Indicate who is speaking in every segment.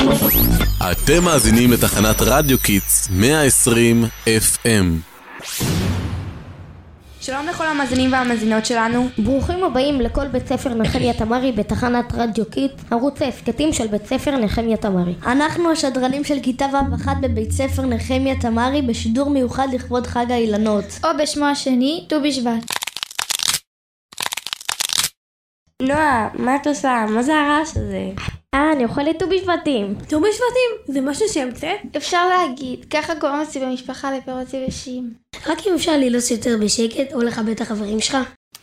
Speaker 1: אתם מאזינים לתחנת רדיו קיטס 120 FM.
Speaker 2: שלום לכל המאזינים והמאזינות שלנו.
Speaker 3: ברוכים הבאים לכל בית ספר נחמיה תמרי בתחנת רדיו קיטס, ערוץ ההסכתים של בית ספר נחמיה תמרי.
Speaker 4: אנחנו השדרנים של כיתה ו'1 בבית ספר נחמיה תמרי בשידור מיוחד לכבוד חג האילנות,
Speaker 5: או בשמו השני, ט"ו בשבט.
Speaker 2: נועה, מה את עושה? מה זה הרעש הזה?
Speaker 3: אני אוכלת ט"ו בשבטים.
Speaker 4: ט"ו בשבטים? זה משהו שהמצאת?
Speaker 5: אפשר להגיד, ככה קוראים אצלי במשפחה לפירות יבשים.
Speaker 4: רק אם אפשר ללעוס יותר בשקט או לכבד את החברים שלך.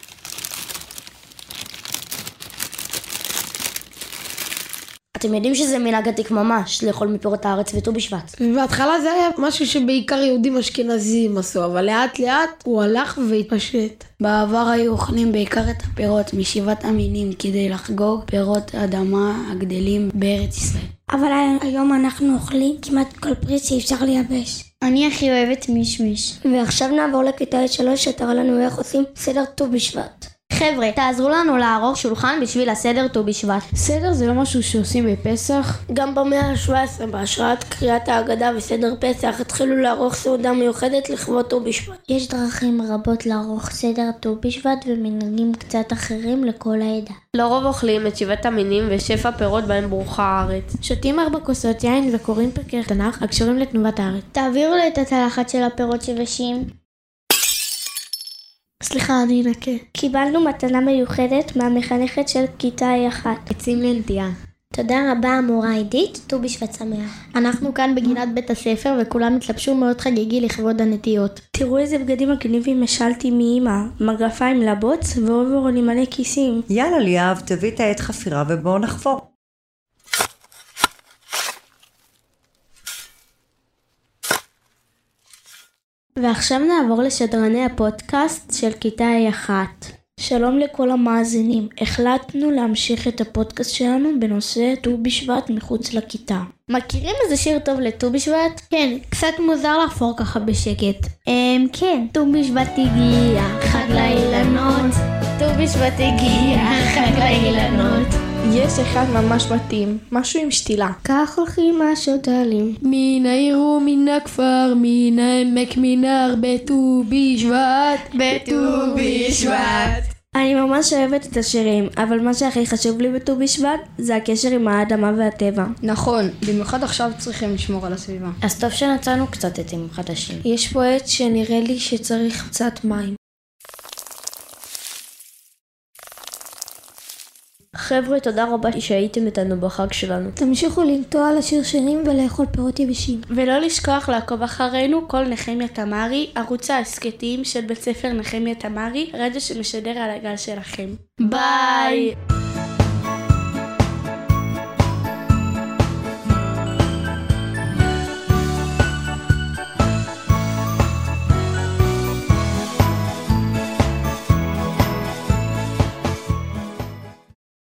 Speaker 4: אתם יודעים שזה מנהג עתיק ממש, לאכול מפירות הארץ וט"ו בשבט.
Speaker 6: בהתחלה זה היה משהו שבעיקר יהודים אשכנזים עשו, אבל לאט לאט הוא הלך והתפשט. בעבר היו אוכלים בעיקר את הפירות משבעת המינים כדי לחגוג פירות האדמה הגדלים בארץ ישראל.
Speaker 3: אבל היום אנחנו אוכלים כמעט כל פרי שאי אפשר לייבש.
Speaker 5: אני הכי אוהבת מישמיש.
Speaker 3: ועכשיו נעבור לכיתה 3 שתראה לנו איך עושים סדר ט"ו בשבט.
Speaker 2: חבר'ה, תעזרו לנו לערוך שולחן בשביל הסדר ט"ו בשבט.
Speaker 6: סדר זה לא משהו שעושים בפסח?
Speaker 4: גם במאה ה-17, בהשראת קריאת ההגדה וסדר פסח, התחילו לערוך סעודה מיוחדת לכבוד ט"ו בשבט.
Speaker 3: יש דרכים רבות לערוך סדר ט"ו בשבט ומנהגים קצת אחרים לכל העדה.
Speaker 2: לרוב אוכלים את שבעת המינים ושפע פירות בהם ברוכה הארץ.
Speaker 6: שותים 4 כוסות יין וקוראים פרקי תנ"ך הקשורים לתנובת הארץ.
Speaker 5: תעבירו לי את הצלחת של הפירות יבשים.
Speaker 6: סליחה, אני אנקה.
Speaker 3: קיבלנו מתנה מיוחדת מהמחנכת של כיתה 1.
Speaker 2: עצים לנטייה.
Speaker 3: תודה רבה המורה עידית, ט"ו בשבט שמח.
Speaker 5: אנחנו כאן בגינת בית הספר וכולם התלבשו מאוד חגיגי לכבוד הנטיות.
Speaker 2: תראו איזה בגדים מגניבים השלתי מאמא, מגפיים לבוץ ואוברולים מלא כיסים.
Speaker 7: יאללה ליאב, תביא את העט חפירה ובואו נחפור.
Speaker 2: ועכשיו נעבור לשדרני הפודקאסט של כיתה 1. שלום לכל המאזינים, החלטנו להמשיך את הפודקאסט שלנו בנושא ט"ו בשבט מחוץ לכיתה.
Speaker 5: מכירים איזה שיר טוב לט"ו בשבט?
Speaker 4: כן, קצת מוזר לחפור ככה בשקט.
Speaker 5: כן. ט"ו בשבט הגיע, חג לאילנות. ט"ו בשבט הגיע, חג לאילנות.
Speaker 2: יש אחד ממש מתאים, משהו עם שתילה.
Speaker 3: כך הולכים השותלים.
Speaker 6: מן העיר ומן הכפר, מן העמק מן ההר, בט"ו בשבט.
Speaker 5: בט"ו בשבט.
Speaker 2: אני ממש אוהבת את השירים, אבל מה שהכי חשוב לי בט"ו בשבט זה הקשר עם האדמה והטבע.
Speaker 6: נכון, במיוחד עכשיו צריכים לשמור על הסביבה.
Speaker 4: אז טוב שנצאנו קצת עטים חדשים.
Speaker 2: יש פה עת שנראה לי שצריך קצת מים. חבר'ה, תודה רבה שהייתם איתנו בחג שלנו.
Speaker 3: תמשיכו לנטוע לשיר שירים ולאכול פירות יבשים.
Speaker 2: ולא לשכוח לעקוב אחרינו כל נחמיה תמרי, ערוץ ההסכתים של בית ספר נחמיה תמרי, רדיו שמשדר על הגל שלכם. ביי!